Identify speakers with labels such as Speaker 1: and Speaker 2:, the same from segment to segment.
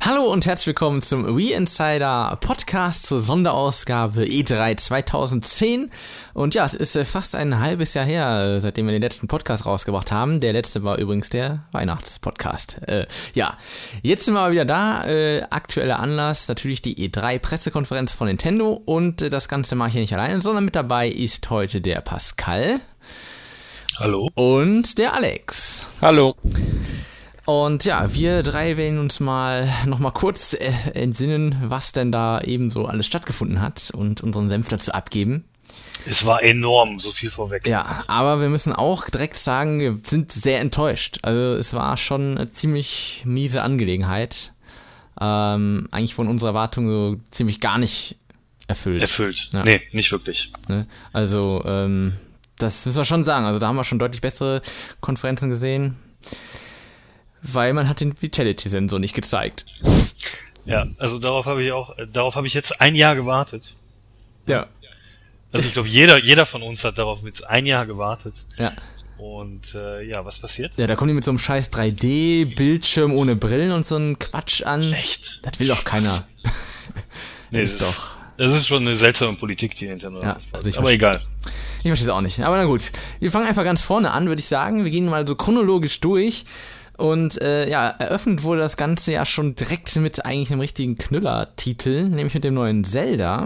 Speaker 1: Hallo und herzlich willkommen zum Wii Insider Podcast zur Sonderausgabe E3 2010. Und ja, es ist fast ein halbes Jahr her, seitdem wir den letzten Podcast rausgebracht haben. Der letzte war übrigens der Weihnachtspodcast. Ja, jetzt sind wir mal wieder da. Aktueller Anlass, natürlich die E3-Pressekonferenz von Nintendo. Und das Ganze mache ich hier nicht alleine, sondern mit dabei ist heute der Pascal.
Speaker 2: Hallo.
Speaker 1: Und der Alex.
Speaker 3: Hallo.
Speaker 1: Und ja, wir drei werden uns nochmal kurz entsinnen, was denn da eben so alles stattgefunden hat und unseren Senf dazu abgeben.
Speaker 2: Es war enorm, so viel vorweg.
Speaker 1: Ja, aber wir müssen auch direkt sagen, wir sind sehr enttäuscht. Also es war schon eine ziemlich miese Angelegenheit. Eigentlich von unserer Erwartung so ziemlich gar nicht erfüllt.
Speaker 2: Ja. Nee, nicht wirklich.
Speaker 1: Ne? Also das müssen wir schon sagen. Also da haben wir schon deutlich bessere Konferenzen gesehen. Weil man hat den Vitality-Sensor nicht gezeigt.
Speaker 2: Ja, also darauf habe ich jetzt ein Jahr gewartet.
Speaker 1: Ja.
Speaker 2: Also ich glaube, jeder von uns hat darauf jetzt ein Jahr gewartet.
Speaker 1: Ja.
Speaker 2: Und ja, was passiert?
Speaker 1: Ja, da kommen die mit so einem scheiß 3D-Bildschirm ohne Brillen und so einen Quatsch an.
Speaker 2: Echt?
Speaker 1: Das will doch keiner.
Speaker 2: Nee, das ist schon eine seltsame Politik, die Nintendo
Speaker 1: ja, also
Speaker 2: aber egal.
Speaker 1: Ich verstehe es auch nicht. Aber na gut. Wir fangen einfach ganz vorne an, würde ich sagen. Wir gehen mal so chronologisch durch. Und ja, eröffnet wurde das Ganze ja schon direkt mit eigentlich einem richtigen Knüller-Titel, nämlich mit dem neuen Zelda.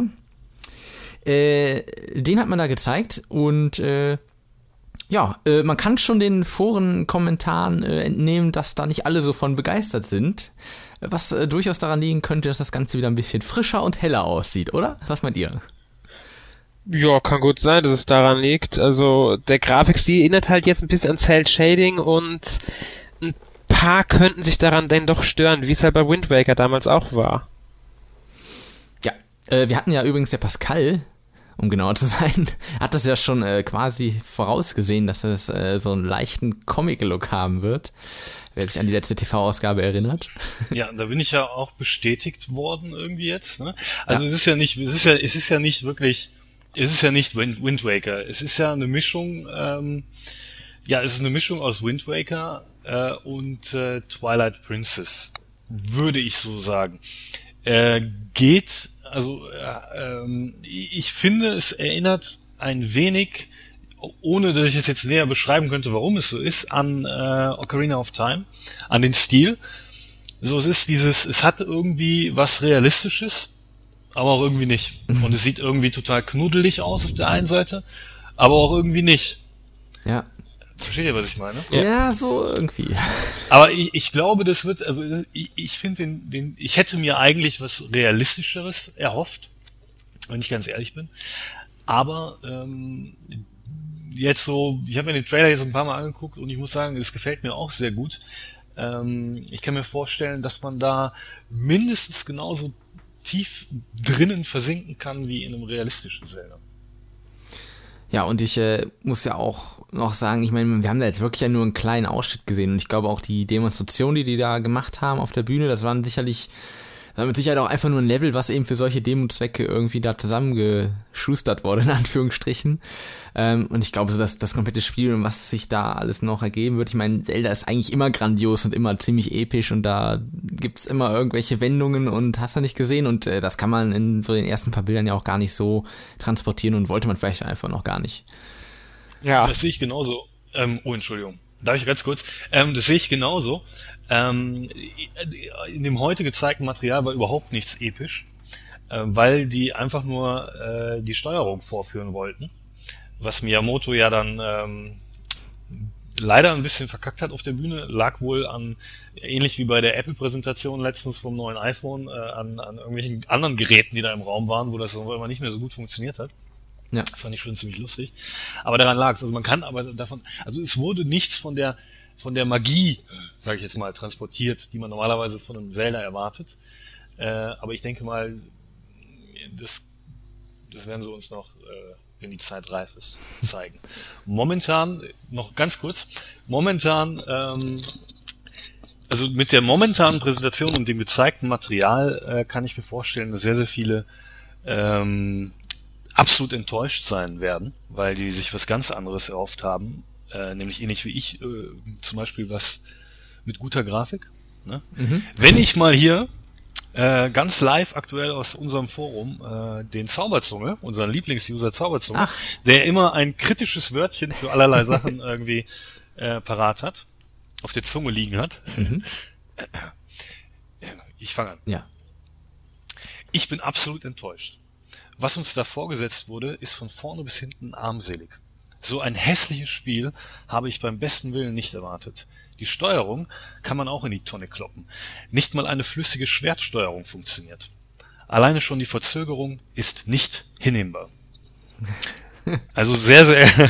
Speaker 1: Den hat man da gezeigt und ja, man kann schon den Foren-Kommentaren entnehmen, dass da nicht alle so von begeistert sind, was durchaus daran liegen könnte, dass das Ganze wieder ein bisschen frischer und heller aussieht, oder? Was meint ihr?
Speaker 3: Ja, kann gut sein, dass es daran liegt. Also der Grafikstil erinnert halt jetzt ein bisschen an Cel-Shading und ein paar könnten sich daran denn doch stören, wie es halt bei Wind Waker damals auch war.
Speaker 1: Ja, wir hatten ja übrigens der Pascal, um genauer zu sein, hat das ja schon quasi vorausgesehen, dass es so einen leichten Comic-Look haben wird. Wer sich an die letzte TV-Ausgabe erinnert.
Speaker 2: Ja, da bin ich ja auch bestätigt worden irgendwie jetzt. Ne? Also ja. Es ist ja nicht Wind Waker. Es ist ja eine Mischung, es ist eine Mischung aus Wind Waker und Twilight Princess, würde ich so sagen. Ich finde, es erinnert ein wenig, ohne dass ich es jetzt näher beschreiben könnte, warum es so ist, an Ocarina of Time, an den Stil. So, es hat irgendwie was Realistisches, aber auch irgendwie nicht. Und es sieht irgendwie total knuddelig aus auf der einen Seite, aber auch irgendwie nicht.
Speaker 1: Ja.
Speaker 2: Versteht ihr, was ich meine?
Speaker 1: Ja, so irgendwie.
Speaker 2: Aber ich glaube, das wird, also ich finde ich hätte mir eigentlich was Realistischeres erhofft, wenn ich ganz ehrlich bin. Aber jetzt so, ich habe mir den Trailer jetzt ein paar Mal angeguckt und ich muss sagen, es gefällt mir auch sehr gut. Ich kann mir vorstellen, dass man da mindestens genauso tief drinnen versinken kann wie in einem realistischen Zelda.
Speaker 1: Ja, und ich muss ja auch noch sagen, ich meine, wir haben da jetzt wirklich ja nur einen kleinen Ausschnitt gesehen und ich glaube auch die Demonstration, die da gemacht haben auf der Bühne, das war mit Sicherheit auch einfach nur ein Level, was eben für solche Demo-Zwecke irgendwie da zusammengeschustert wurde, in Anführungsstrichen. Und ich glaube, so das komplette Spiel und was sich da alles noch ergeben wird, ich meine, Zelda ist eigentlich immer grandios und immer ziemlich episch und da gibt's immer irgendwelche Wendungen und hast du nicht gesehen und das kann man in so den ersten paar Bildern ja auch gar nicht so transportieren und wollte man vielleicht einfach noch gar nicht.
Speaker 3: Ja.
Speaker 2: Das sehe ich genauso. Entschuldigung. Darf ich ganz kurz? Das sehe ich genauso. In dem heute gezeigten Material war überhaupt nichts episch, weil die einfach nur die Steuerung vorführen wollten, was Miyamoto ja dann leider ein bisschen verkackt hat auf der Bühne, lag wohl an, ähnlich wie bei der Apple-Präsentation letztens vom neuen iPhone, an irgendwelchen anderen Geräten, die da im Raum waren, wo das immer nicht mehr so gut funktioniert hat.
Speaker 1: Ja.
Speaker 2: Fand ich schon ziemlich lustig. Aber daran lag es. Also man kann aber davon, also es wurde nichts von der Magie, sage ich jetzt mal, transportiert, die man normalerweise von einem Zelda erwartet. Aber ich denke mal, das werden sie uns noch, wenn die Zeit reif ist, zeigen. Momentan, noch ganz kurz, also mit der momentanen Präsentation und dem gezeigten Material kann ich mir vorstellen, dass sehr, sehr viele absolut enttäuscht sein werden, weil die sich was ganz anderes erhofft haben, nämlich ähnlich wie ich, zum Beispiel was mit guter Grafik. Ne? Mhm. Wenn ich mal hier ganz live aktuell aus unserem Forum den Zauberzunge, unseren Lieblingsuser Zauberzunge, der immer ein kritisches Wörtchen für allerlei Sachen irgendwie parat hat, auf der Zunge liegen hat.
Speaker 1: Mhm.
Speaker 2: Ich fange an.
Speaker 1: Ja.
Speaker 2: Ich bin absolut enttäuscht. Was uns da vorgesetzt wurde, ist von vorne bis hinten armselig. So ein hässliches Spiel habe ich beim besten Willen nicht erwartet. Die Steuerung kann man auch in die Tonne kloppen. Nicht mal eine flüssige Schwertsteuerung funktioniert. Alleine schon die Verzögerung ist nicht hinnehmbar. Also sehr,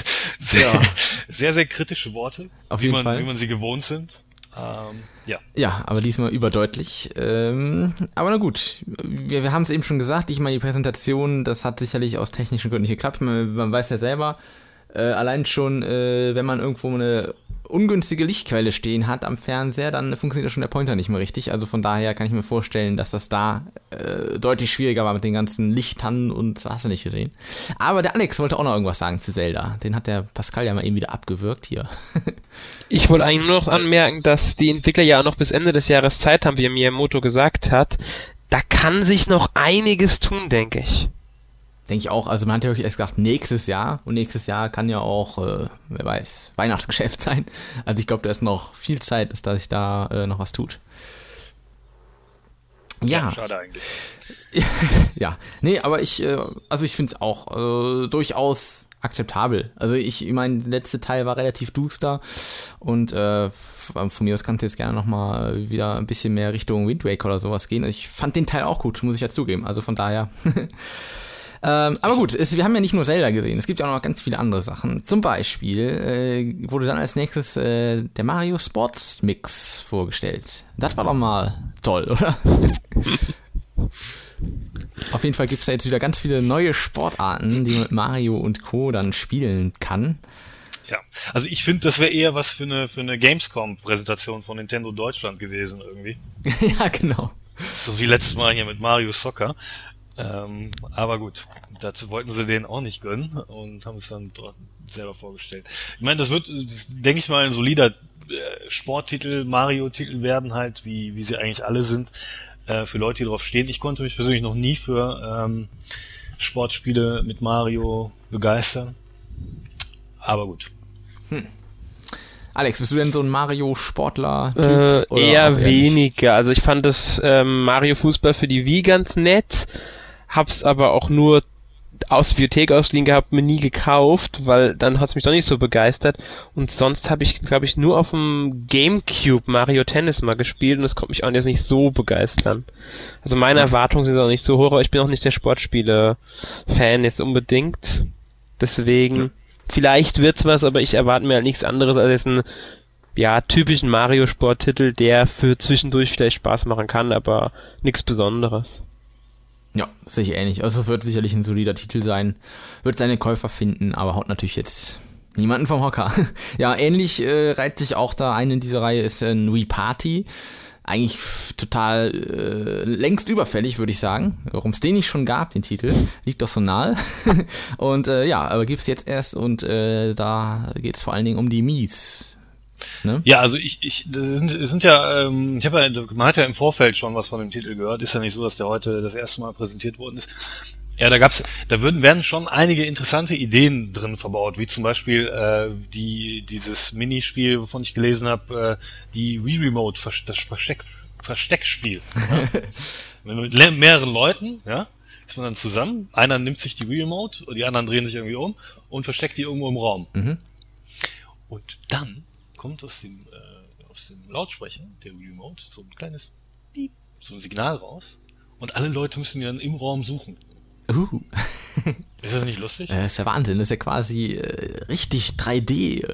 Speaker 2: sehr kritische Worte,
Speaker 1: Auf jeden Fall.
Speaker 2: Wie man sie gewohnt sind. Ja.
Speaker 1: Ja, aber diesmal überdeutlich. Aber na gut, wir haben es eben schon gesagt, ich meine, die Präsentation, das hat sicherlich aus technischen Gründen nicht geklappt. Man weiß ja selber, allein schon, wenn man irgendwo eine ungünstige Lichtquelle stehen hat am Fernseher, dann funktioniert schon der Pointer nicht mehr richtig. Also von daher kann ich mir vorstellen, dass das da deutlich schwieriger war mit den ganzen Lichtern und hast du nicht gesehen. Aber der Alex wollte auch noch irgendwas sagen zu Zelda. Den hat der Pascal ja mal eben wieder abgewürgt hier.
Speaker 3: Ich wollte eigentlich nur noch anmerken, dass die Entwickler ja noch bis Ende des Jahres Zeit haben, wie Miyamoto gesagt hat. Da kann sich noch einiges tun, denke ich.
Speaker 1: Denke ich auch. Also man hat ja wirklich erst gesagt, nächstes Jahr. Und nächstes Jahr kann ja auch, wer weiß, Weihnachtsgeschäft sein. Also ich glaube, da ist noch viel Zeit, dass sich da noch was tut. Ja.
Speaker 2: Schade eigentlich.
Speaker 1: Ja. Nee, aber ich finde es auch durchaus akzeptabel. Also ich meine, der letzte Teil war relativ duster und von mir aus kann es jetzt gerne nochmal wieder ein bisschen mehr Richtung Wind Waker oder sowas gehen. Ich fand den Teil auch gut, muss ich ja zugeben. Also von daher... aber gut, wir haben ja nicht nur Zelda gesehen, es gibt ja auch noch ganz viele andere Sachen. Zum Beispiel wurde dann als nächstes der Mario Sports Mix vorgestellt. Das war doch mal toll, oder? Auf jeden Fall gibt es da jetzt wieder ganz viele neue Sportarten, die man mit Mario und Co. dann spielen kann.
Speaker 2: Ja, also ich finde, das wäre eher was für eine Gamescom-Präsentation von Nintendo Deutschland gewesen irgendwie.
Speaker 1: Ja, genau.
Speaker 2: So wie letztes Mal hier mit Mario Soccer. Aber gut, dazu wollten sie den auch nicht gönnen und haben es dann dort selber vorgestellt. Ich meine, das wird, denke ich mal, ein solider Sporttitel, Mario-Titel werden halt, wie sie eigentlich alle sind, für Leute, die drauf stehen. Ich konnte mich persönlich noch nie für Sportspiele mit Mario begeistern. Aber gut.
Speaker 1: Alex, bist du denn so ein Mario-Sportler-Typ?
Speaker 3: Eher weniger. Also ich fand das Mario-Fußball für die Wii ganz nett, hab's aber auch nur aus der Bibliothek ausliehen gehabt, mir nie gekauft, weil dann hat's mich doch nicht so begeistert. Und sonst habe ich, glaube ich, nur auf dem Gamecube Mario Tennis mal gespielt und das konnte mich auch jetzt nicht so begeistern. Also meine Erwartungen sind auch nicht so hoch, aber ich bin auch nicht der Sportspiele-Fan jetzt unbedingt. Deswegen... Vielleicht wird's was, aber ich erwarte mir halt nichts anderes als einen typischen Mario-Sporttitel, der für zwischendurch vielleicht Spaß machen kann, aber nichts Besonderes.
Speaker 1: Ja, sehe ich ähnlich. Also wird sicherlich ein solider Titel sein, wird seine Käufer finden, aber haut natürlich jetzt niemanden vom Hocker. Ja, ähnlich reiht sich auch da ein in dieser Reihe, ist ein Wii Party. Eigentlich total längst überfällig, würde ich sagen. Warum es den nicht schon gab, den Titel, liegt doch so nahe. Und aber gibt's jetzt erst und da geht's vor allen Dingen um die Mies. Ne?
Speaker 2: Ja, also sind ja, man hat ja im Vorfeld schon was von dem Titel gehört. Ist ja nicht so, dass der heute das erste Mal präsentiert worden ist. Ja, werden schon einige interessante Ideen drin verbaut, wie zum Beispiel dieses Minispiel, wovon ich gelesen habe, die Wii Remote, das Versteckspiel. Ja? Mit mehreren Leuten, ja, ist man dann zusammen, einer nimmt sich die Wii Remote und die anderen drehen sich irgendwie um und versteckt die irgendwo im Raum.
Speaker 1: Mhm.
Speaker 2: Und dann kommt aus dem Lautsprecher der Wii Remote so ein kleines Piep, so ein Signal raus und alle Leute müssen die dann im Raum suchen. Ist das nicht lustig?
Speaker 1: Ist ja Wahnsinn, das ist ja quasi richtig 3D.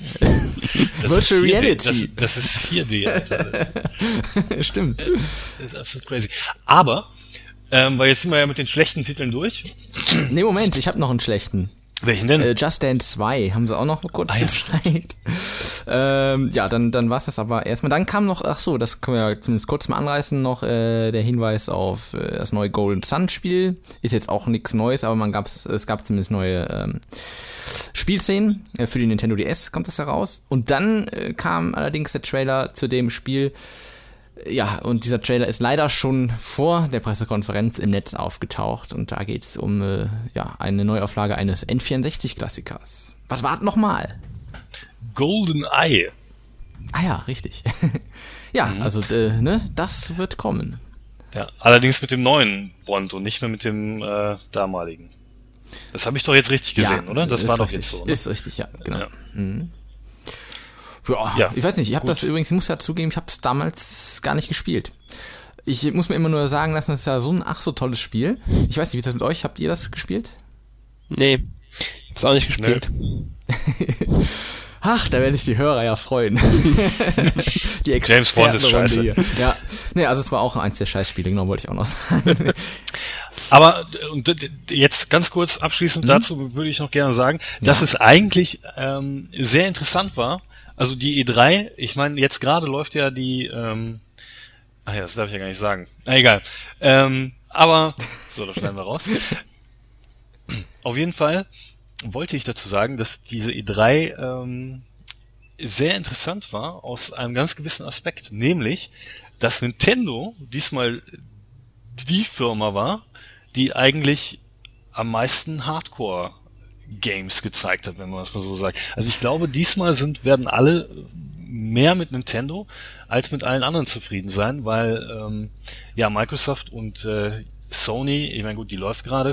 Speaker 2: Virtual Reality. Das ist 4D, Alter.
Speaker 1: Stimmt.
Speaker 2: Das ist absolut crazy. Aber, weil jetzt sind wir ja mit den schlechten Titeln durch.
Speaker 1: Nee, Moment, ich habe noch einen schlechten.
Speaker 2: Welchen denn?
Speaker 1: Just Dance 2 haben sie auch noch kurz gezeigt. Dann war es das aber erstmal. Dann kam noch, das können wir ja zumindest kurz mal anreißen, noch der Hinweis auf das neue Golden Sun Spiel. Ist jetzt auch nichts Neues, aber es gab zumindest neue Spielszenen. Für die Nintendo DS kommt das heraus. Und dann kam allerdings der Trailer zu dem Spiel, Ja, und dieser Trailer ist leider schon vor der Pressekonferenz im Netz aufgetaucht und da geht es um eine Neuauflage eines N64-Klassikers. Was war nochmal?
Speaker 2: GoldenEye.
Speaker 1: Ah ja, richtig. Also das wird kommen.
Speaker 2: Ja, allerdings mit dem neuen Bond und nicht mehr mit dem damaligen. Das habe ich doch jetzt richtig gesehen, oder? Das war doch
Speaker 1: richtig,
Speaker 2: jetzt so. Ne?
Speaker 1: Ist richtig, ja, genau.
Speaker 2: Ja.
Speaker 1: Mhm.
Speaker 2: Ja,
Speaker 1: ich weiß nicht, ich muss ja zugeben, ich habe es damals gar nicht gespielt. Ich muss mir immer nur sagen lassen, das ist ja so ein so tolles Spiel. Ich weiß nicht, wie ist das mit euch? Habt ihr das gespielt?
Speaker 3: Nee, hab's auch nicht gespielt.
Speaker 1: Ach, da werden sich die Hörer ja freuen. Die
Speaker 2: James Bond ist scheiße.
Speaker 1: Hier. Ja, nee, also es war auch eins der Scheißspiele, genau, wollte ich auch noch sagen.
Speaker 2: Aber jetzt ganz kurz abschließend dazu würde ich noch gerne sagen, dass es eigentlich sehr interessant war. Also die E3, ich meine, jetzt gerade läuft ja die, das darf ich ja gar nicht sagen. Egal. Aber, so, das schneiden wir raus. Auf jeden Fall wollte ich dazu sagen, dass diese E3 sehr interessant war aus einem ganz gewissen Aspekt, nämlich, dass Nintendo diesmal die Firma war, die eigentlich am meisten Hardcore-Games gezeigt hat, wenn man das mal so sagt. Also ich glaube, diesmal werden alle mehr mit Nintendo als mit allen anderen zufrieden sein, weil Microsoft und Sony, ich meine gut, die läuft gerade,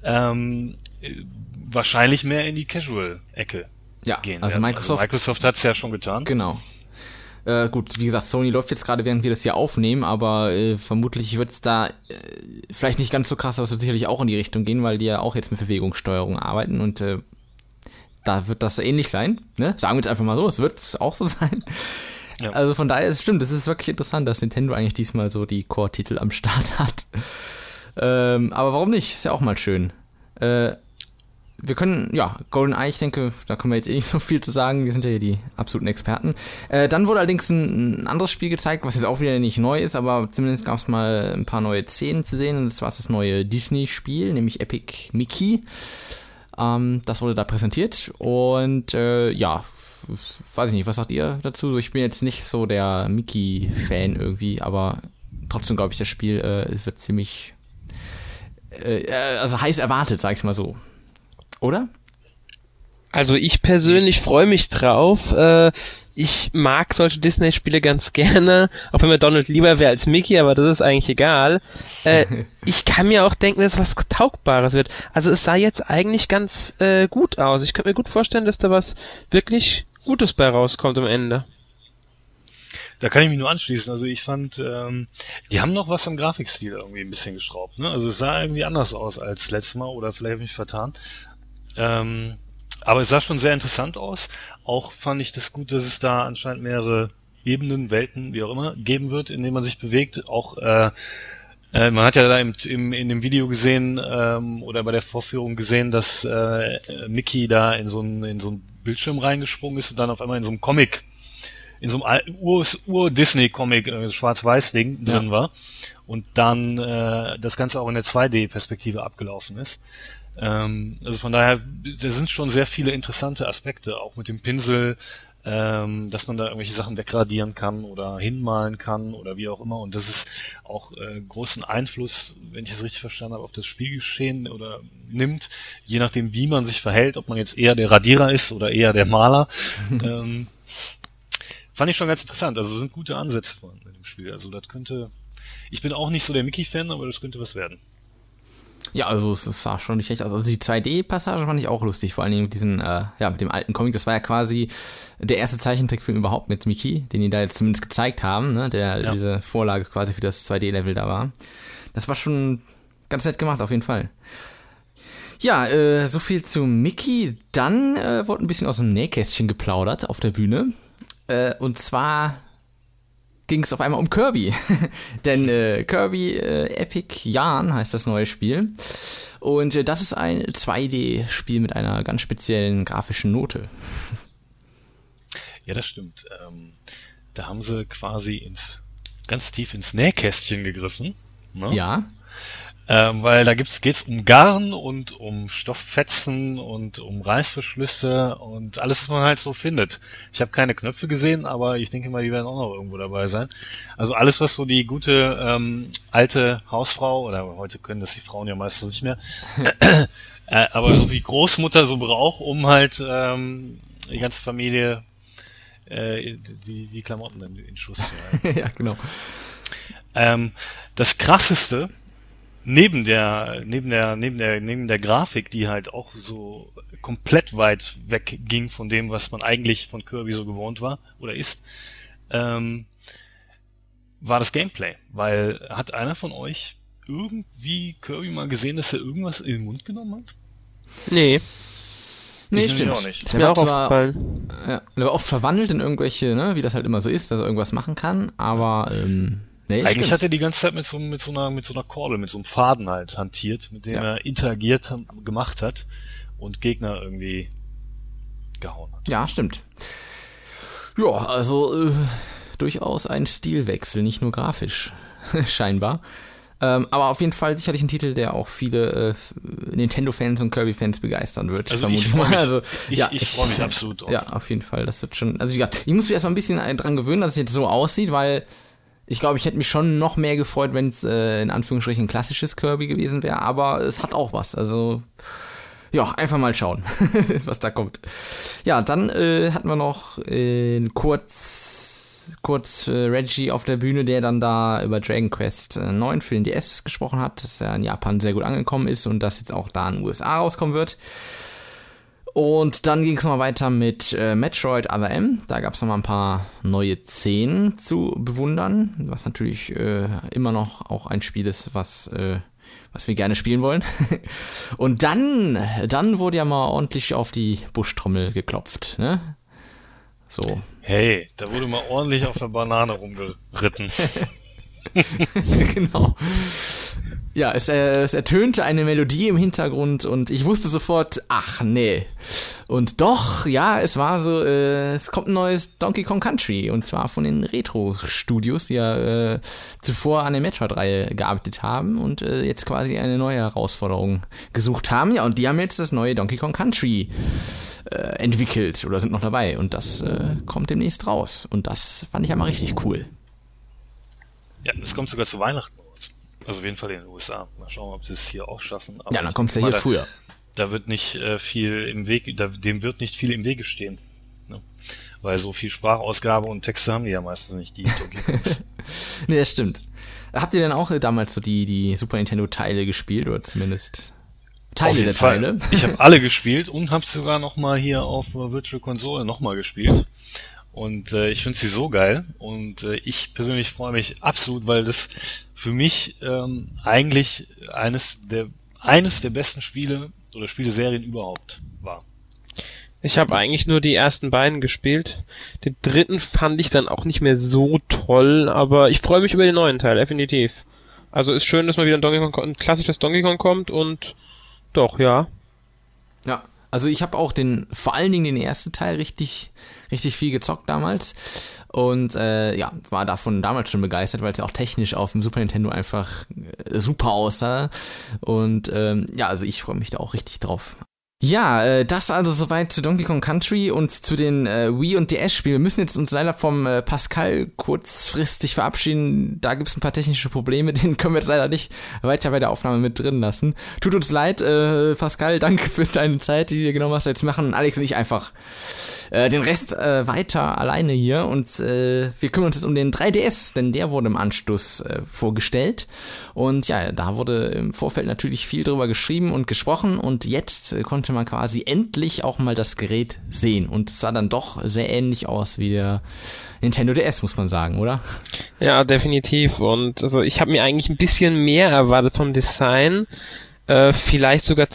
Speaker 2: wahrscheinlich mehr in die Casual-Ecke gehen
Speaker 1: also
Speaker 2: werden.
Speaker 1: Microsoft
Speaker 2: hat es ja schon getan.
Speaker 1: Genau. Gut, wie gesagt, Sony läuft jetzt gerade, während wir das hier aufnehmen, aber vermutlich wird es da vielleicht nicht ganz so krass, aber es wird sicherlich auch in die Richtung gehen, weil die ja auch jetzt mit Bewegungssteuerung arbeiten und da wird das ähnlich sein. Ne? Sagen wir jetzt einfach mal so, es wird auch so sein. Ja. Also von daher, es stimmt, es ist wirklich interessant, dass Nintendo eigentlich diesmal so die Core-Titel am Start hat. Aber warum nicht? Ist ja auch mal schön. Wir können, GoldenEye, ich denke, da können wir jetzt eh nicht so viel zu sagen, wir sind ja hier die absoluten Experten. Dann wurde allerdings ein anderes Spiel gezeigt, was jetzt auch wieder nicht neu ist, aber zumindest gab es mal ein paar neue Szenen zu sehen und das war das neue Disney-Spiel, nämlich Epic Mickey. Das wurde da präsentiert und weiß ich nicht, was sagt ihr dazu? Ich bin jetzt nicht so der Mickey-Fan irgendwie, aber trotzdem glaube ich, das Spiel es wird ziemlich heiß erwartet, sag ich mal so. Oder?
Speaker 3: Also ich persönlich freue mich drauf. Ich mag solche Disney-Spiele ganz gerne, auch wenn mir Donald lieber wäre als Mickey, aber das ist eigentlich egal. Ich kann mir auch denken, dass es was Taugbares wird. Also es sah jetzt eigentlich ganz gut aus. Ich könnte mir gut vorstellen, dass da was wirklich Gutes bei rauskommt am Ende.
Speaker 2: Da kann ich mich nur anschließen. Also ich fand, die haben noch was am Grafikstil irgendwie ein bisschen geschraubt. Ne? Also es sah irgendwie anders aus als letztes Mal oder vielleicht habe ich mich vertan. Aber es sah schon sehr interessant aus. Auch fand ich das gut, dass es da anscheinend mehrere Ebenen, Welten, wie auch immer, geben wird, in denen man sich bewegt. Auch man hat ja da in dem Video gesehen oder bei der Vorführung gesehen, dass Mickey da in so einen Bildschirm reingesprungen ist und dann auf einmal in so einem Comic, in so einem Ur-Disney-Comic, Schwarz-Weiß-Ding drin war und dann das Ganze auch in der 2D-Perspektive abgelaufen ist. Also von daher, da sind schon sehr viele interessante Aspekte, auch mit dem Pinsel, dass man da irgendwelche Sachen wegradieren kann oder hinmalen kann oder wie auch immer. Und das ist auch großen Einfluss, wenn ich es richtig verstanden habe, auf das Spielgeschehen oder nimmt, je nachdem, wie man sich verhält, ob man jetzt eher der Radierer ist oder eher der Maler. Fand ich schon ganz interessant. Also sind gute Ansätze von dem Spiel. Also das könnte, ich bin auch nicht so der Mickey-Fan, aber das könnte was werden.
Speaker 1: Ja, also es sah schon nicht schlecht aus. Also die 2D-Passage fand ich auch lustig, vor allen Dingen mit diesen, mit dem alten Comic. Das war ja quasi der erste Zeichentrickfilm überhaupt mit Mickey, den die da jetzt zumindest gezeigt haben, ne? Diese Vorlage quasi für das 2D-Level da war. Das war schon ganz nett gemacht, auf jeden Fall. Ja, so viel zu Mickey. Dann wurde ein bisschen aus dem Nähkästchen geplaudert auf der Bühne. Und zwar ging es auf einmal um Kirby. Denn Kirby Epic Yarn heißt das neue Spiel. Und das ist ein 2D-Spiel mit einer ganz speziellen grafischen Note.
Speaker 2: Ja, das stimmt. Da haben sie quasi ganz tief ins Nähkästchen gegriffen. Ne?
Speaker 1: Ja.
Speaker 2: Weil da geht's um Garn und um Stofffetzen und um Reißverschlüsse und alles, was man halt so findet. Ich habe keine Knöpfe gesehen, aber ich denke mal, die werden auch noch irgendwo dabei sein. Also alles, was so die gute alte Hausfrau, oder heute können das die Frauen ja meistens nicht mehr, aber so wie Großmutter so braucht, um halt die ganze Familie die Klamotten in Schuss zu halten.
Speaker 1: Ja, genau.
Speaker 2: Das Krasseste neben der Grafik, die halt auch so komplett weit weg ging von dem, was man eigentlich von Kirby so gewohnt war oder ist, war das Gameplay. Weil hat einer von euch irgendwie Kirby mal gesehen, dass er irgendwas in den Mund genommen hat?
Speaker 3: Nee.
Speaker 1: Nee,
Speaker 2: Ich
Speaker 1: stimmt.
Speaker 2: auch nicht.
Speaker 3: Ist mir auch aufgefallen.
Speaker 1: Ja, der war oft verwandelt in irgendwelche, ne, wie das halt immer so ist, dass er irgendwas machen kann, aber nee,
Speaker 2: Eigentlich
Speaker 1: stimmt.
Speaker 2: hat er die ganze Zeit mit so einer Kordel, mit so einem Faden halt hantiert, mit dem er interagiert gemacht hat und Gegner irgendwie gehauen hat.
Speaker 1: Ja, stimmt. Ja, also durchaus ein Stilwechsel, nicht nur grafisch, scheinbar. Aber auf jeden Fall sicherlich ein Titel, der auch viele Nintendo-Fans und Kirby-Fans begeistern wird.
Speaker 2: Also
Speaker 1: vermute
Speaker 2: ich freue mich,
Speaker 1: Also,
Speaker 2: ich freue mich absolut drauf.
Speaker 1: Ja, auf jeden Fall, das wird schon, also wie gesagt, ich muss mich erstmal ein bisschen dran gewöhnen, dass es jetzt so aussieht, weil ich glaube, ich hätte mich schon noch mehr gefreut, wenn es in Anführungsstrichen ein klassisches Kirby gewesen wäre, aber es hat auch was, also ja, einfach mal schauen, was da kommt. Ja, dann hatten wir noch kurz Reggie auf der Bühne, der dann da über Dragon Quest 9 für den DS gesprochen hat, dass er in Japan sehr gut angekommen ist und dass jetzt auch da in den USA rauskommen wird. Und dann ging es mal weiter mit Metroid Other M. Da gab es noch mal ein paar neue Szenen zu bewundern, was natürlich immer noch auch ein Spiel ist, was wir gerne spielen wollen. Und dann wurde ja mal ordentlich auf die Buschtrommel geklopft, ne? So.
Speaker 2: Hey, da wurde mal ordentlich auf der Banane rumgeritten.
Speaker 1: Genau. Ja, es ertönte eine Melodie im Hintergrund und ich wusste sofort, ach nee. Und doch, ja, es war so, es kommt ein neues Donkey Kong Country und zwar von den Retro-Studios, die ja zuvor an der Metroid-Reihe gearbeitet haben und jetzt quasi eine neue Herausforderung gesucht haben. Ja, und die haben jetzt das neue Donkey Kong Country entwickelt oder sind noch dabei und das kommt demnächst raus und das fand ich ja mal richtig cool.
Speaker 2: Ja, das kommt sogar zu Weihnachten raus. Also auf jeden Fall in den USA. Mal schauen, ob sie es hier auch schaffen. Aber
Speaker 1: ja, dann kommt es ja hier früher.
Speaker 2: Da wird nicht viel im Weg, dem wird nicht viel im Wege stehen. Ne? Weil so viel Sprachausgabe und Texte haben die ja meistens nicht, die Donkey Kongs.
Speaker 1: Nee, das stimmt. Habt ihr denn auch damals so die Super Nintendo-Teile gespielt oder zumindest Teile der Teile?
Speaker 2: Ich habe alle gespielt und habe sogar nochmal hier auf Virtual Console nochmal gespielt. Und ich finde sie so geil und ich persönlich freue mich absolut, weil das für mich eigentlich eines der besten Spiele oder Spieleserien überhaupt war.
Speaker 3: Ich habe eigentlich nur die ersten beiden gespielt. Den dritten fand ich dann auch nicht mehr so toll, aber ich freue mich über den neuen Teil, definitiv. Also ist schön, dass mal wieder ein klassisches Donkey Kong kommt und doch, ja.
Speaker 1: Ja, also ich habe auch vor allen Dingen den ersten Teil richtig viel gezockt damals und war davon damals schon begeistert, weil es ja auch technisch auf dem Super Nintendo einfach super aussah und also ich freue mich da auch richtig drauf. Ja, das also soweit zu Donkey Kong Country und zu den Wii- und DS-Spielen. Wir müssen jetzt uns leider vom Pascal kurzfristig verabschieden. Da gibt's ein paar technische Probleme, den können wir jetzt leider nicht weiter bei der Aufnahme mit drin lassen. Tut uns leid, Pascal, danke für deine Zeit, die du dir genommen hast. Jetzt machen Alex und ich einfach den Rest weiter alleine hier und wir kümmern uns jetzt um den 3DS, denn der wurde im Anschluss vorgestellt. Und ja, da wurde im Vorfeld natürlich viel drüber geschrieben und gesprochen und jetzt konnte man quasi endlich auch mal das Gerät sehen und es sah dann doch sehr ähnlich aus wie der Nintendo DS, muss man sagen, oder?
Speaker 3: Ja, definitiv und also ich habe mir eigentlich ein bisschen mehr erwartet vom Design. Vielleicht sogar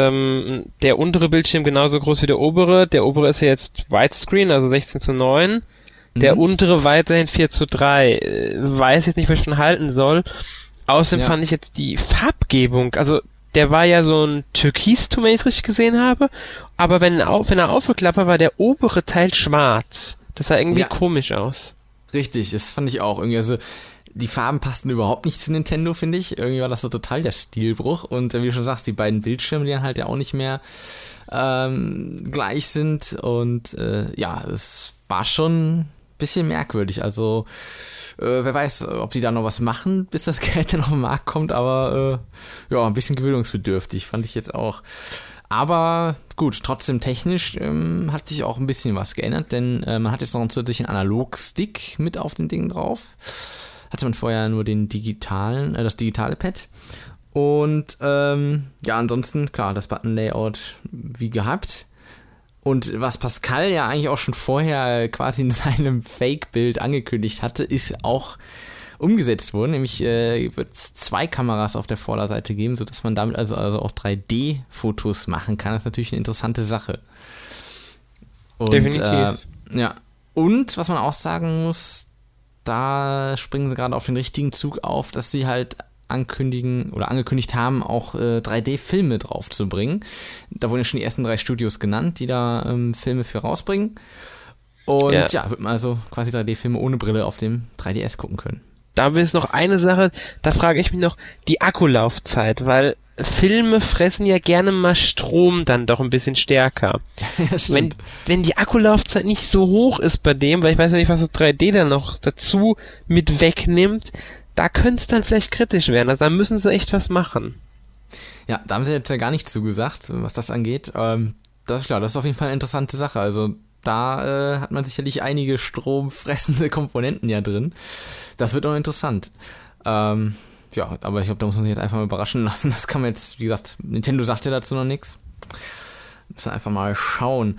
Speaker 3: der untere Bildschirm genauso groß wie der obere. Der obere ist ja jetzt Widescreen, also 16:9. Der untere weiterhin 4:3. Weiß jetzt nicht, was ich von halten soll. Außerdem fand ich jetzt die Farbgebung, also der war ja so ein Türkiston, wenn ich es richtig gesehen habe, aber wenn er aufgeklappt war der obere Teil schwarz. Das sah irgendwie komisch aus.
Speaker 1: Richtig, das fand ich auch irgendwie, also Die Farben passten überhaupt nicht zu Nintendo, finde ich. Irgendwie war das so total der Stilbruch. Und wie du schon sagst, die beiden Bildschirme, die dann halt ja auch nicht mehr gleich sind. Und es war schon ein bisschen merkwürdig. Also wer weiß, ob die da noch was machen, bis das Gerät dann auf den Markt kommt. Aber ein bisschen gewöhnungsbedürftig fand ich jetzt auch. Aber gut, trotzdem technisch hat sich auch ein bisschen was geändert. Denn man hat jetzt noch einen zusätzlichen Analogstick mit auf den Dingen drauf. Hatte man vorher nur das digitale Pad. Und ansonsten, klar, das Button-Layout wie gehabt. Und was Pascal ja eigentlich auch schon vorher quasi in seinem Fake-Bild angekündigt hatte, ist auch umgesetzt worden. Nämlich wird es 2 Kameras auf der Vorderseite geben, sodass man damit also auch 3D-Fotos machen kann. Das ist natürlich eine interessante Sache. Und,
Speaker 3: definitiv.
Speaker 1: Und was man auch sagen muss, da springen sie gerade auf den richtigen Zug auf, dass sie halt angekündigt haben, auch 3D-Filme drauf zu bringen. Da wurden ja schon die ersten 3 Studios genannt, die da Filme für rausbringen. Und wird man also quasi 3D-Filme ohne Brille auf dem 3DS gucken können.
Speaker 3: Da ist noch eine Sache, da frage ich mich noch, die Akkulaufzeit, weil Filme fressen ja gerne mal Strom dann doch ein bisschen stärker.
Speaker 1: Ja, stimmt.
Speaker 3: Wenn die Akkulaufzeit nicht so hoch ist bei dem, weil ich weiß ja nicht, was das 3D dann noch dazu mit wegnimmt, da könnte es dann vielleicht kritisch werden. Also da müssen sie echt was machen.
Speaker 1: Ja, da haben sie jetzt ja gar nichts zugesagt, was das angeht. Das ist klar, das ist auf jeden Fall eine interessante Sache. Also da hat man sicherlich einige stromfressende Komponenten ja drin. Das wird auch interessant. Aber ich glaube, da muss man sich jetzt einfach mal überraschen lassen. Das kann man jetzt, wie gesagt, Nintendo sagt ja dazu noch nichts. Müssen wir einfach mal schauen.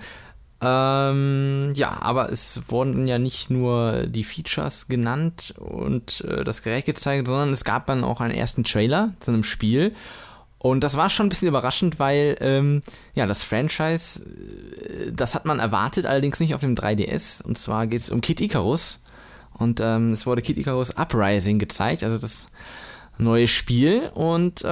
Speaker 1: Aber es wurden ja nicht nur die Features genannt und das Gerät gezeigt, sondern es gab dann auch einen ersten Trailer zu einem Spiel. Und das war schon ein bisschen überraschend, weil das Franchise, das hat man erwartet, allerdings nicht auf dem 3DS. Und zwar geht es um Kid Icarus. Und es wurde Kid Icarus Uprising gezeigt, also das neue Spiel. Und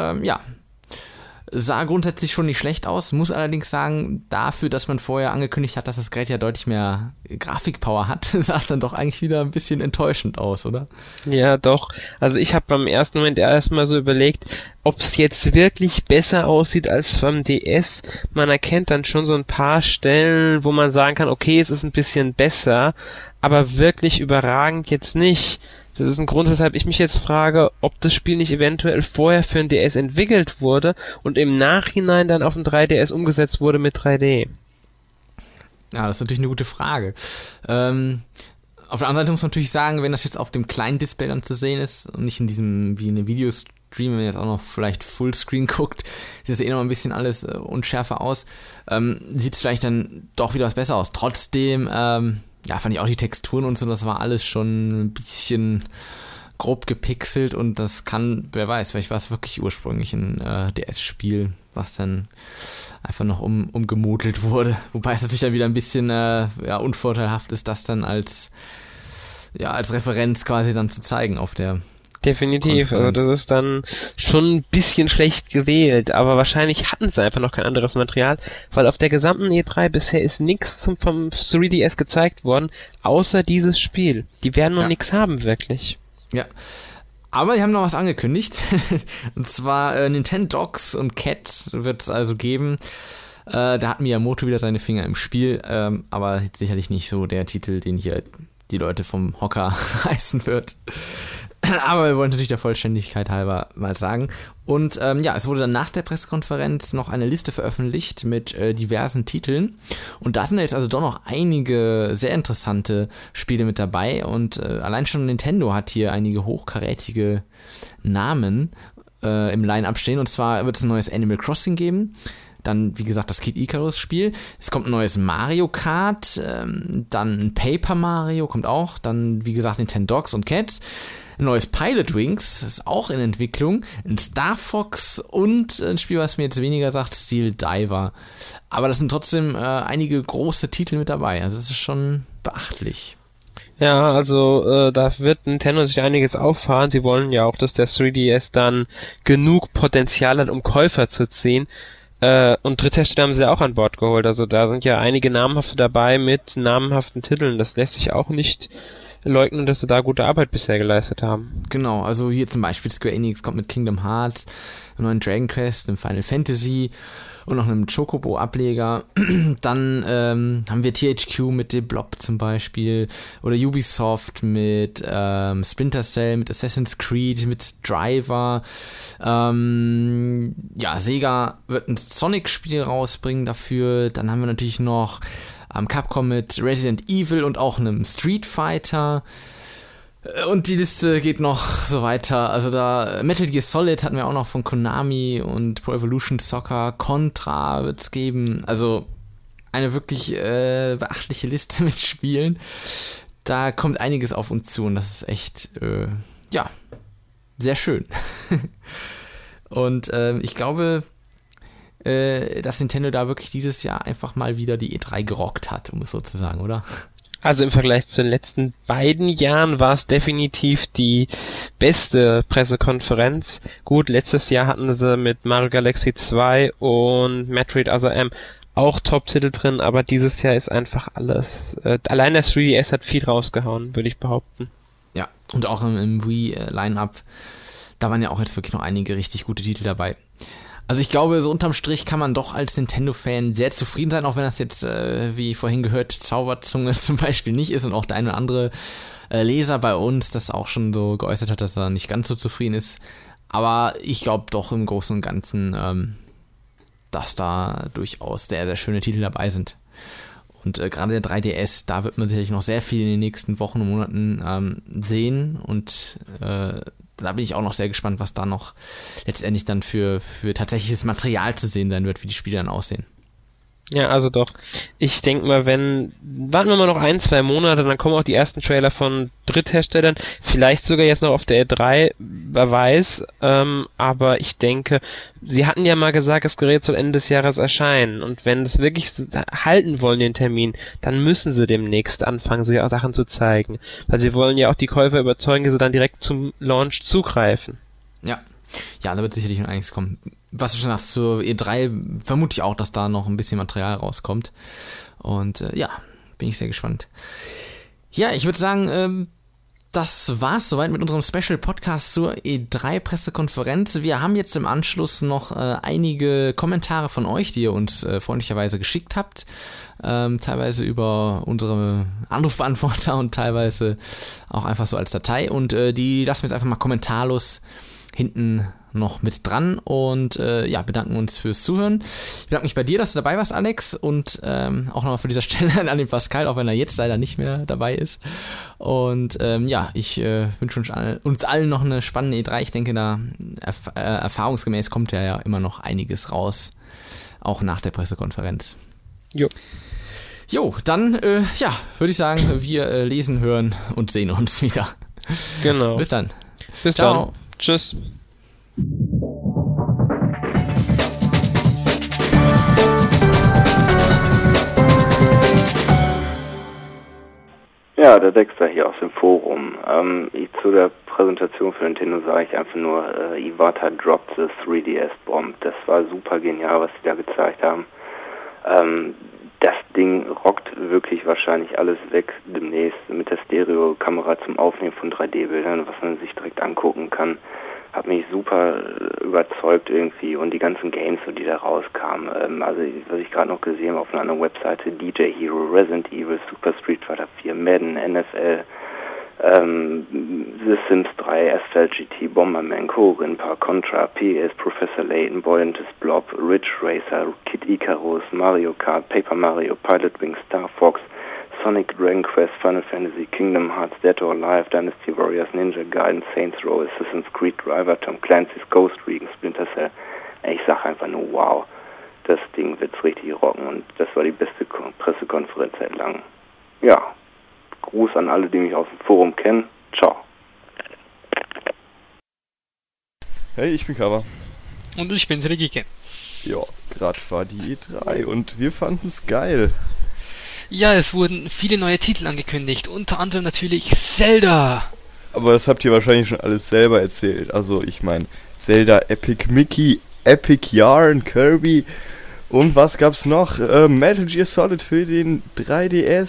Speaker 1: sah grundsätzlich schon nicht schlecht aus, muss allerdings sagen, dafür, dass man vorher angekündigt hat, dass das Gerät ja deutlich mehr Grafikpower hat, sah es dann doch eigentlich wieder ein bisschen enttäuschend aus, oder?
Speaker 3: Ja, doch. Also ich habe beim ersten Moment erstmal so überlegt, ob es jetzt wirklich besser aussieht als beim DS. Man erkennt dann schon so ein paar Stellen, wo man sagen kann, okay, es ist ein bisschen besser, aber wirklich überragend jetzt nicht. Das ist ein Grund, weshalb ich mich jetzt frage, ob das Spiel nicht eventuell vorher für ein DS entwickelt wurde und im Nachhinein dann auf dem 3DS umgesetzt wurde mit 3D.
Speaker 1: Ja, das ist natürlich eine gute Frage. Auf der anderen Seite muss man natürlich sagen, wenn das jetzt auf dem kleinen Display dann zu sehen ist und nicht in diesem, wie eine Videostream, wenn man jetzt auch noch vielleicht Fullscreen guckt, sieht das noch ein bisschen alles unschärfer aus, sieht es vielleicht dann doch wieder was besser aus. Trotzdem, fand ich auch die Texturen und so, das war alles schon ein bisschen grob gepixelt und das kann, wer weiß, vielleicht war es wirklich ursprünglich ein DS-Spiel, was dann einfach noch umgemodelt wurde. Wobei es natürlich dann wieder ein bisschen unvorteilhaft ist, das dann als Referenz quasi dann zu zeigen auf der
Speaker 3: Definitiv, also das ist dann schon ein bisschen schlecht gewählt, aber wahrscheinlich hatten sie einfach noch kein anderes Material, weil auf der gesamten E3 bisher ist nichts vom 3DS gezeigt worden, außer dieses Spiel. Die werden noch nichts haben, wirklich.
Speaker 1: Ja, aber die haben noch was angekündigt, und zwar Nintendogs und Cats wird es also geben. Da hat Miyamoto wieder seine Finger im Spiel, aber sicherlich nicht so der Titel, den hier die Leute vom Hocker reißen wird. Aber wir wollen natürlich der Vollständigkeit halber mal sagen. Und es wurde dann nach der Pressekonferenz noch eine Liste veröffentlicht mit diversen Titeln. Und da sind jetzt also doch noch einige sehr interessante Spiele mit dabei. Und allein schon Nintendo hat hier einige hochkarätige Namen im Line-Up stehen. Und zwar wird es ein neues Animal Crossing geben. Dann, wie gesagt, das Kid Icarus Spiel. Es kommt ein neues Mario Kart, dann ein Paper Mario kommt auch, dann, wie gesagt, Nintendogs und Cats. Ein neues Pilot Wings ist auch in Entwicklung, ein Star Fox und ein Spiel, was mir jetzt weniger sagt, Steel Diver. Aber das sind trotzdem einige große Titel mit dabei, also das ist schon beachtlich.
Speaker 3: Ja, also da wird Nintendo sich einiges auffahren. Sie wollen ja auch, dass der 3DS dann genug Potenzial hat, um Käufer zu ziehen. Und Dritthersteller haben sie auch an Bord geholt. Also da sind ja einige namhafte dabei mit namhaften Titeln. Das lässt sich auch nicht leugnen, dass sie da gute Arbeit bisher geleistet haben.
Speaker 1: Genau, also hier zum Beispiel Square Enix kommt mit Kingdom Hearts, einem neuen Dragon Quest, einem Final Fantasy und noch einem Chocobo-Ableger. Dann haben wir THQ mit The Blob zum Beispiel oder Ubisoft mit Splinter Cell, mit Assassin's Creed, mit Driver. Sega wird ein Sonic-Spiel rausbringen dafür. Dann haben wir natürlich noch Capcom mit Resident Evil und auch einem Street Fighter. Und die Liste geht noch so weiter. Also da Metal Gear Solid hatten wir auch noch von Konami und Pro Evolution Soccer, Contra wird es geben. Also eine wirklich beachtliche Liste mit Spielen. Da kommt einiges auf uns zu und das ist echt, sehr schön. Und ich glaube, dass Nintendo da wirklich dieses Jahr einfach mal wieder die E3 gerockt hat, um es so zu sagen, oder?
Speaker 3: Also im Vergleich zu den letzten beiden Jahren war es definitiv die beste Pressekonferenz. Gut, letztes Jahr hatten sie mit Mario Galaxy 2 und Metroid Other M auch Top-Titel drin, aber dieses Jahr ist einfach alles. Allein das 3DS hat viel rausgehauen, würde ich behaupten.
Speaker 1: Ja, und auch im Wii-Line-Up, da waren ja auch jetzt wirklich noch einige richtig gute Titel dabei. Also ich glaube, so unterm Strich kann man doch als Nintendo-Fan sehr zufrieden sein, auch wenn das jetzt, wie vorhin gehört, Zauberzunge zum Beispiel nicht ist und auch der eine oder andere Leser bei uns das auch schon so geäußert hat, dass er nicht ganz so zufrieden ist. Aber ich glaube doch im Großen und Ganzen, dass da durchaus sehr, sehr schöne Titel dabei sind. Und gerade der 3DS, da wird man sicherlich noch sehr viel in den nächsten Wochen und Monaten sehen und da bin ich auch noch sehr gespannt, was da noch letztendlich dann für tatsächliches Material zu sehen sein wird, wie die Spiele dann aussehen.
Speaker 3: Ja, also doch. Ich denke mal, warten wir mal noch 1-2 Monate, dann kommen auch die ersten Trailer von Drittherstellern, vielleicht sogar jetzt noch auf der E3, wer weiß, aber ich denke, sie hatten ja mal gesagt, das Gerät soll Ende des Jahres erscheinen und wenn das wirklich halten wollen, den Termin, dann müssen sie demnächst anfangen, sie Sachen zu zeigen, weil sie wollen ja auch die Käufer überzeugen, die sie dann direkt zum Launch zugreifen.
Speaker 1: Ja, da wird sicherlich noch einiges kommen. Was du schon sagst, zur E3 vermute ich auch, dass da noch ein bisschen Material rauskommt. Und bin ich sehr gespannt. Ja, ich würde sagen, das war's soweit mit unserem Special-Podcast zur E3-Pressekonferenz. Wir haben jetzt im Anschluss noch einige Kommentare von euch, die ihr uns freundlicherweise geschickt habt. Teilweise über unsere Anrufbeantworter und teilweise auch einfach so als Datei. Und die lassen wir jetzt einfach mal kommentarlos hinten noch mit dran und bedanken uns fürs Zuhören. Ich bedanke mich bei dir, dass du dabei warst, Alex, und auch nochmal für dieser Stelle an den Pascal, auch wenn er jetzt leider nicht mehr dabei ist. Und ich wünsche uns allen noch eine spannende E3. Ich denke, da erfahrungsgemäß kommt ja immer noch einiges raus, auch nach der Pressekonferenz. Jo, dann würde ich sagen, wir lesen, hören und sehen uns wieder.
Speaker 3: Genau.
Speaker 1: Bis dann.
Speaker 3: Bis
Speaker 1: Ciao.
Speaker 3: dann. Tschüss.
Speaker 4: Ja, der Dexter hier aus dem Forum. Zu der Präsentation für Nintendo sage ich einfach nur, Iwata dropped the 3DS Bomb. Das war super genial, was sie da gezeigt haben. Das Ding rockt wirklich wahrscheinlich alles weg demnächst mit der Stereo-Kamera zum Aufnehmen von 3D-Bildern, was man sich direkt angucken kann. Hat mich super überzeugt irgendwie und die ganzen Games, die da rauskamen. Was ich gerade noch gesehen habe auf einer anderen Webseite, DJ Hero, Resident Evil, Super Street Fighter 4, Madden, NFL, The Sims 3, Asphalt GT, Bomberman, Korinpa, Contra, PS, Professor Layton, Boy and His Blob, Ridge Racer, Kid Icarus, Mario Kart, Paper Mario, Pilot Wings, Star Fox, Sonic, Dragon Quest, Final Fantasy, Kingdom Hearts, Dead or Alive, Dynasty Warriors, Ninja Gaiden, Saints Row, Assassin's Creed, Driver, Tom Clancy's Ghost Recon, Splinter Cell. Ich sag einfach nur wow, das Ding wird's richtig rocken und das war die beste Pressekonferenz seit langem. Ja, Gruß an alle, die mich aus dem Forum kennen. Ciao.
Speaker 5: Hey, ich bin Kava.
Speaker 2: Und ich bin Regike.
Speaker 5: Ja, gerade war die E3 und wir fanden's geil.
Speaker 6: Ja, es wurden viele neue Titel angekündigt, unter anderem natürlich Zelda.
Speaker 5: Aber das habt ihr wahrscheinlich schon alles selber erzählt. Also ich meine, Zelda, Epic Mickey, Epic Yarn, Kirby und was gab's noch? Metal Gear Solid für den 3DS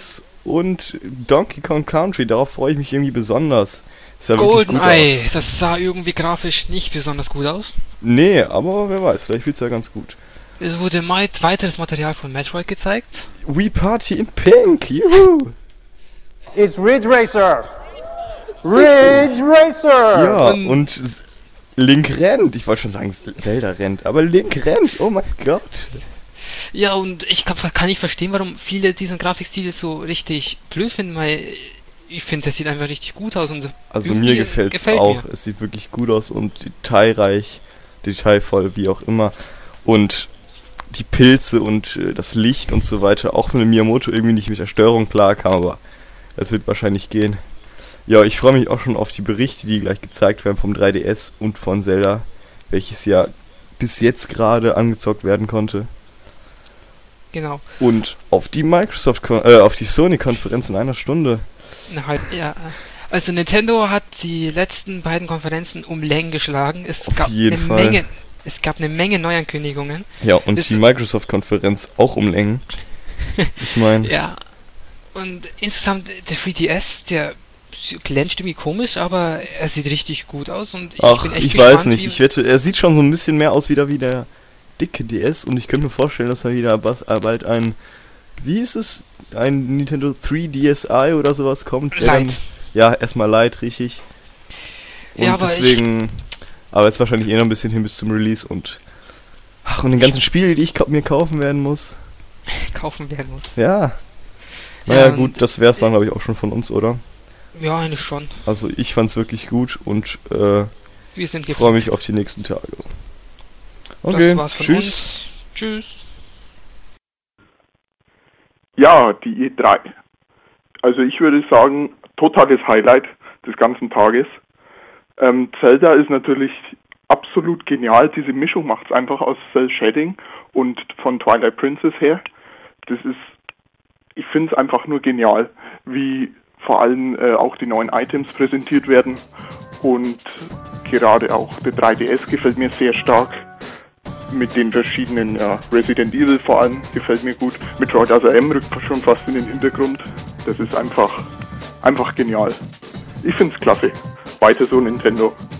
Speaker 5: und Donkey Kong Country, darauf freue ich mich irgendwie besonders. Ist ja wirklich gut
Speaker 6: GoldenEye,
Speaker 5: aus.
Speaker 6: das sah irgendwie grafisch nicht besonders gut aus.
Speaker 5: Nee, aber wer weiß, vielleicht wird's ja ganz gut.
Speaker 6: Es wurde weiteres Material von Metroid gezeigt.
Speaker 5: We Party in Pink, juhu!
Speaker 7: It's Ridge Racer! Ridge Racer!
Speaker 5: Ja, und Link rennt. Ich wollte schon sagen, Zelda rennt, aber Link rennt, oh mein Gott.
Speaker 6: Ja, und ich kann nicht verstehen, warum viele diesen Grafikstil so richtig blöd finden, weil ich finde, das sieht einfach richtig gut aus. Und
Speaker 5: Also mir gefällt auch. Es sieht wirklich gut aus und detailreich, detailvoll, wie auch immer. Und die Pilze und das Licht und so weiter, auch wenn der Miyamoto irgendwie nicht mit der Steuerung klarkam, aber es wird wahrscheinlich gehen. Ja, ich freue mich auch schon auf die Berichte, die gleich gezeigt werden vom 3DS und von Zelda, welches ja bis jetzt gerade angezockt werden konnte.
Speaker 6: Genau.
Speaker 5: Und auf die auf die Sony-Konferenz in einer Stunde.
Speaker 6: Ja, also Nintendo hat die letzten beiden Konferenzen um Längen geschlagen. Es gab eine Menge Neuankündigungen.
Speaker 5: Ja, und die Microsoft-Konferenz auch um Längen. Ich meine...
Speaker 6: Ja, und insgesamt der 3DS, der glänzt irgendwie komisch, aber er sieht richtig gut aus. Und
Speaker 5: ich weiß nicht, ich wette, er sieht schon so ein bisschen mehr aus wieder wie der dicke DS und ich könnte mir vorstellen, dass er wieder bald wie ist es, ein Nintendo 3DSi oder sowas kommt.
Speaker 6: Lite.
Speaker 5: Ja, erstmal Lite, richtig. Und
Speaker 6: ja, aber
Speaker 5: deswegen, aber jetzt wahrscheinlich noch ein bisschen hin bis zum Release und den ganzen Spiele, die ich mir kaufen werden muss. Ja. Naja gut, das wär's dann glaube ich auch schon von uns, oder?
Speaker 6: Ja, eigentlich schon.
Speaker 5: Also ich fand's wirklich gut und
Speaker 6: wir sind
Speaker 5: freue mich auf die nächsten Tage. Okay,
Speaker 6: das war's von
Speaker 5: tschüss.
Speaker 6: Uns. Tschüss.
Speaker 8: Ja, die E3. Also ich würde sagen, totales Highlight des ganzen Tages. Zelda ist natürlich absolut genial. Diese Mischung macht es einfach aus Cell Shading und von Twilight Princess her. Ich finde es einfach nur genial, wie vor allem auch die neuen Items präsentiert werden. Und gerade auch der 3DS gefällt mir sehr stark. Mit den verschiedenen, Resident Evil vor allem, gefällt mir gut. Metroid M rückt schon fast in den Hintergrund. Das ist einfach genial. Ich find's klasse. Weiter so, Nintendo.